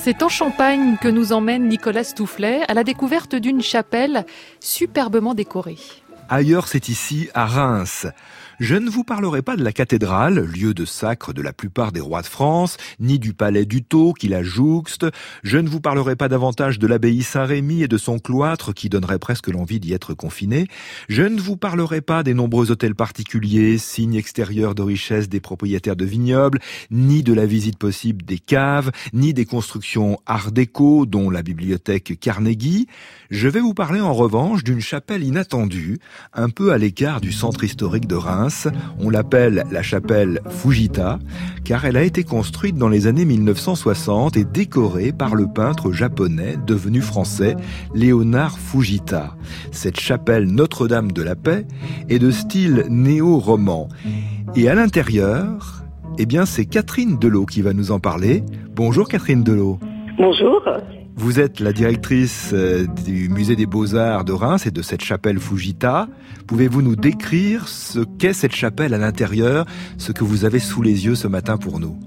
C'est en Champagne que nous emmène Nicolas Stoufflet à la découverte d'une chapelle superbement décorée. Ailleurs, c'est ici, à Reims. Je ne vous parlerai pas de la cathédrale, lieu de sacre de la plupart des rois de France, ni du palais d'Uto qui la jouxte. Je ne vous parlerai pas davantage de l'abbaye Saint-Rémy et de son cloître qui donnerait presque l'envie d'y être confiné. Je ne vous parlerai pas des nombreux hôtels particuliers, signes extérieurs de richesse des propriétaires de vignobles, ni de la visite possible des caves, ni des constructions art déco, dont la bibliothèque Carnegie. Je vais vous parler en revanche d'une chapelle inattendue, un peu à l'écart du centre historique de Reims. On l'appelle la chapelle Fujita, car elle a été construite dans les années 1960 et décorée par le peintre japonais devenu français, Léonard Fujita. Cette chapelle Notre-Dame de la Paix est de style néo-roman. Et à l'intérieur, c'est Catherine Delot qui va nous en parler. Bonjour Catherine Delot. Bonjour. Vous êtes la directrice du musée des Beaux-Arts de Reims et de cette chapelle Fujita. Pouvez-vous nous décrire ce qu'est cette chapelle à l'intérieur, ce que vous avez sous les yeux ce matin pour nous?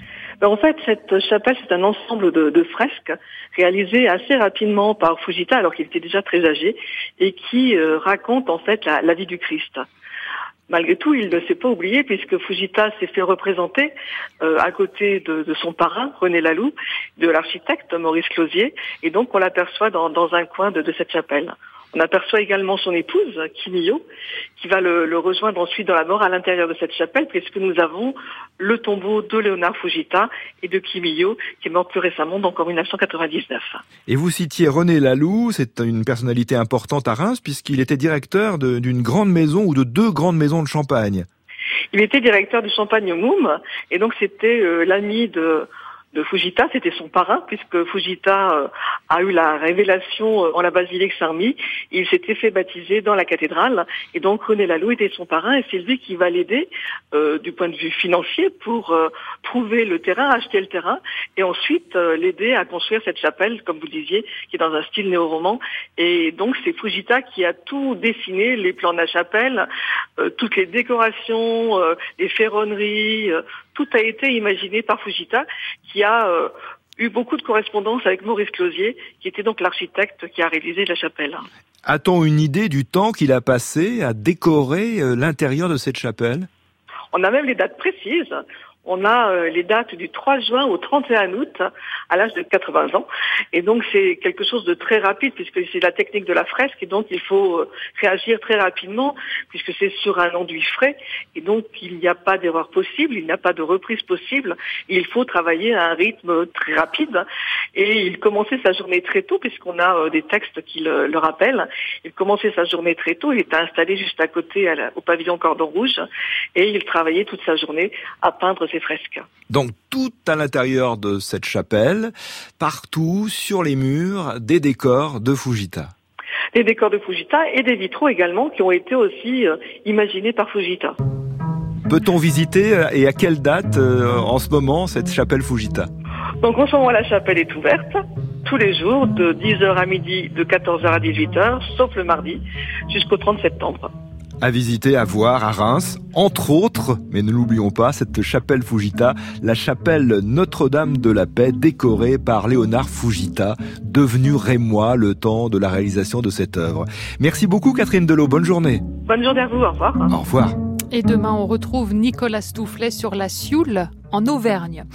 En fait, cette chapelle, c'est un ensemble de fresques réalisées assez rapidement par Fujita, alors qu'il était déjà très âgé, et qui racontent en fait la vie du Christ. Malgré tout, il ne s'est pas oublié puisque Fujita s'est fait représenter à côté de son parrain, René Laloux, de l'architecte Maurice Closier, et donc on l'aperçoit dans un coin de cette chapelle. On aperçoit également son épouse, Kimio, qui va le rejoindre ensuite dans la mort à l'intérieur de cette chapelle, puisque nous avons le tombeau de Léonard Fujita et de Kimio, qui est mort plus récemment, donc en 1999. Et vous citiez René Laloux, c'est une personnalité importante à Reims, puisqu'il était directeur d'une grande maison ou de deux grandes maisons de Champagne. Il était directeur du Champagne au Moum, et donc c'était l'ami de Fujita, c'était son parrain, puisque Fujita a eu la révélation en la basilique Saint-Remy. Il s'était fait baptiser dans la cathédrale, et donc René Laloux était son parrain, et c'est lui qui va l'aider du point de vue financier pour trouver le terrain, acheter le terrain, et ensuite l'aider à construire cette chapelle, comme vous disiez, qui est dans un style néo-roman. Et donc c'est Fujita qui a tout dessiné, les plans de la chapelle, toutes les décorations, les ferronneries, tout a été imaginé par Fujita, qui a eu beaucoup de correspondance avec Maurice Closier, qui était donc l'architecte qui a réalisé la chapelle. A-t-on une idée du temps qu'il a passé à décorer l'intérieur de cette chapelle? On a même les dates précises. On a les dates du 3 juin au 31 août, à l'âge de 80 ans. Et donc, c'est quelque chose de très rapide, puisque c'est la technique de la fresque. Et donc, il faut réagir très rapidement, puisque c'est sur un enduit frais. Et donc, il n'y a pas d'erreur possible, il n'y a pas de reprise possible. Il faut travailler à un rythme très rapide. Et il commençait sa journée très tôt, puisqu'on a des textes qui le rappellent. Il commençait sa journée très tôt. Il était installé juste à côté, au pavillon Cordon Rouge. Et il travaillait toute sa journée à peindre ses fresques. Donc tout à l'intérieur de cette chapelle, partout sur les murs, des décors de Fujita. Des décors de Fujita et des vitraux également qui ont été aussi imaginés par Fujita. Peut-on visiter et à quelle date en ce moment cette chapelle Fujita? Donc en ce moment la chapelle est ouverte tous les jours de 10h à midi, de 14h à 18h, sauf le mardi, jusqu'au 30 septembre. À visiter, à voir à Reims, entre autres, mais ne l'oublions pas, cette chapelle Fujita, la chapelle Notre-Dame de la Paix, décorée par Léonard Fujita, devenu rémois le temps de la réalisation de cette œuvre. Merci beaucoup Catherine Delot, bonne journée. Bonne journée à vous, au revoir. Au revoir. Et demain, on retrouve Nicolas Stoufflet sur la Sioule, en Auvergne.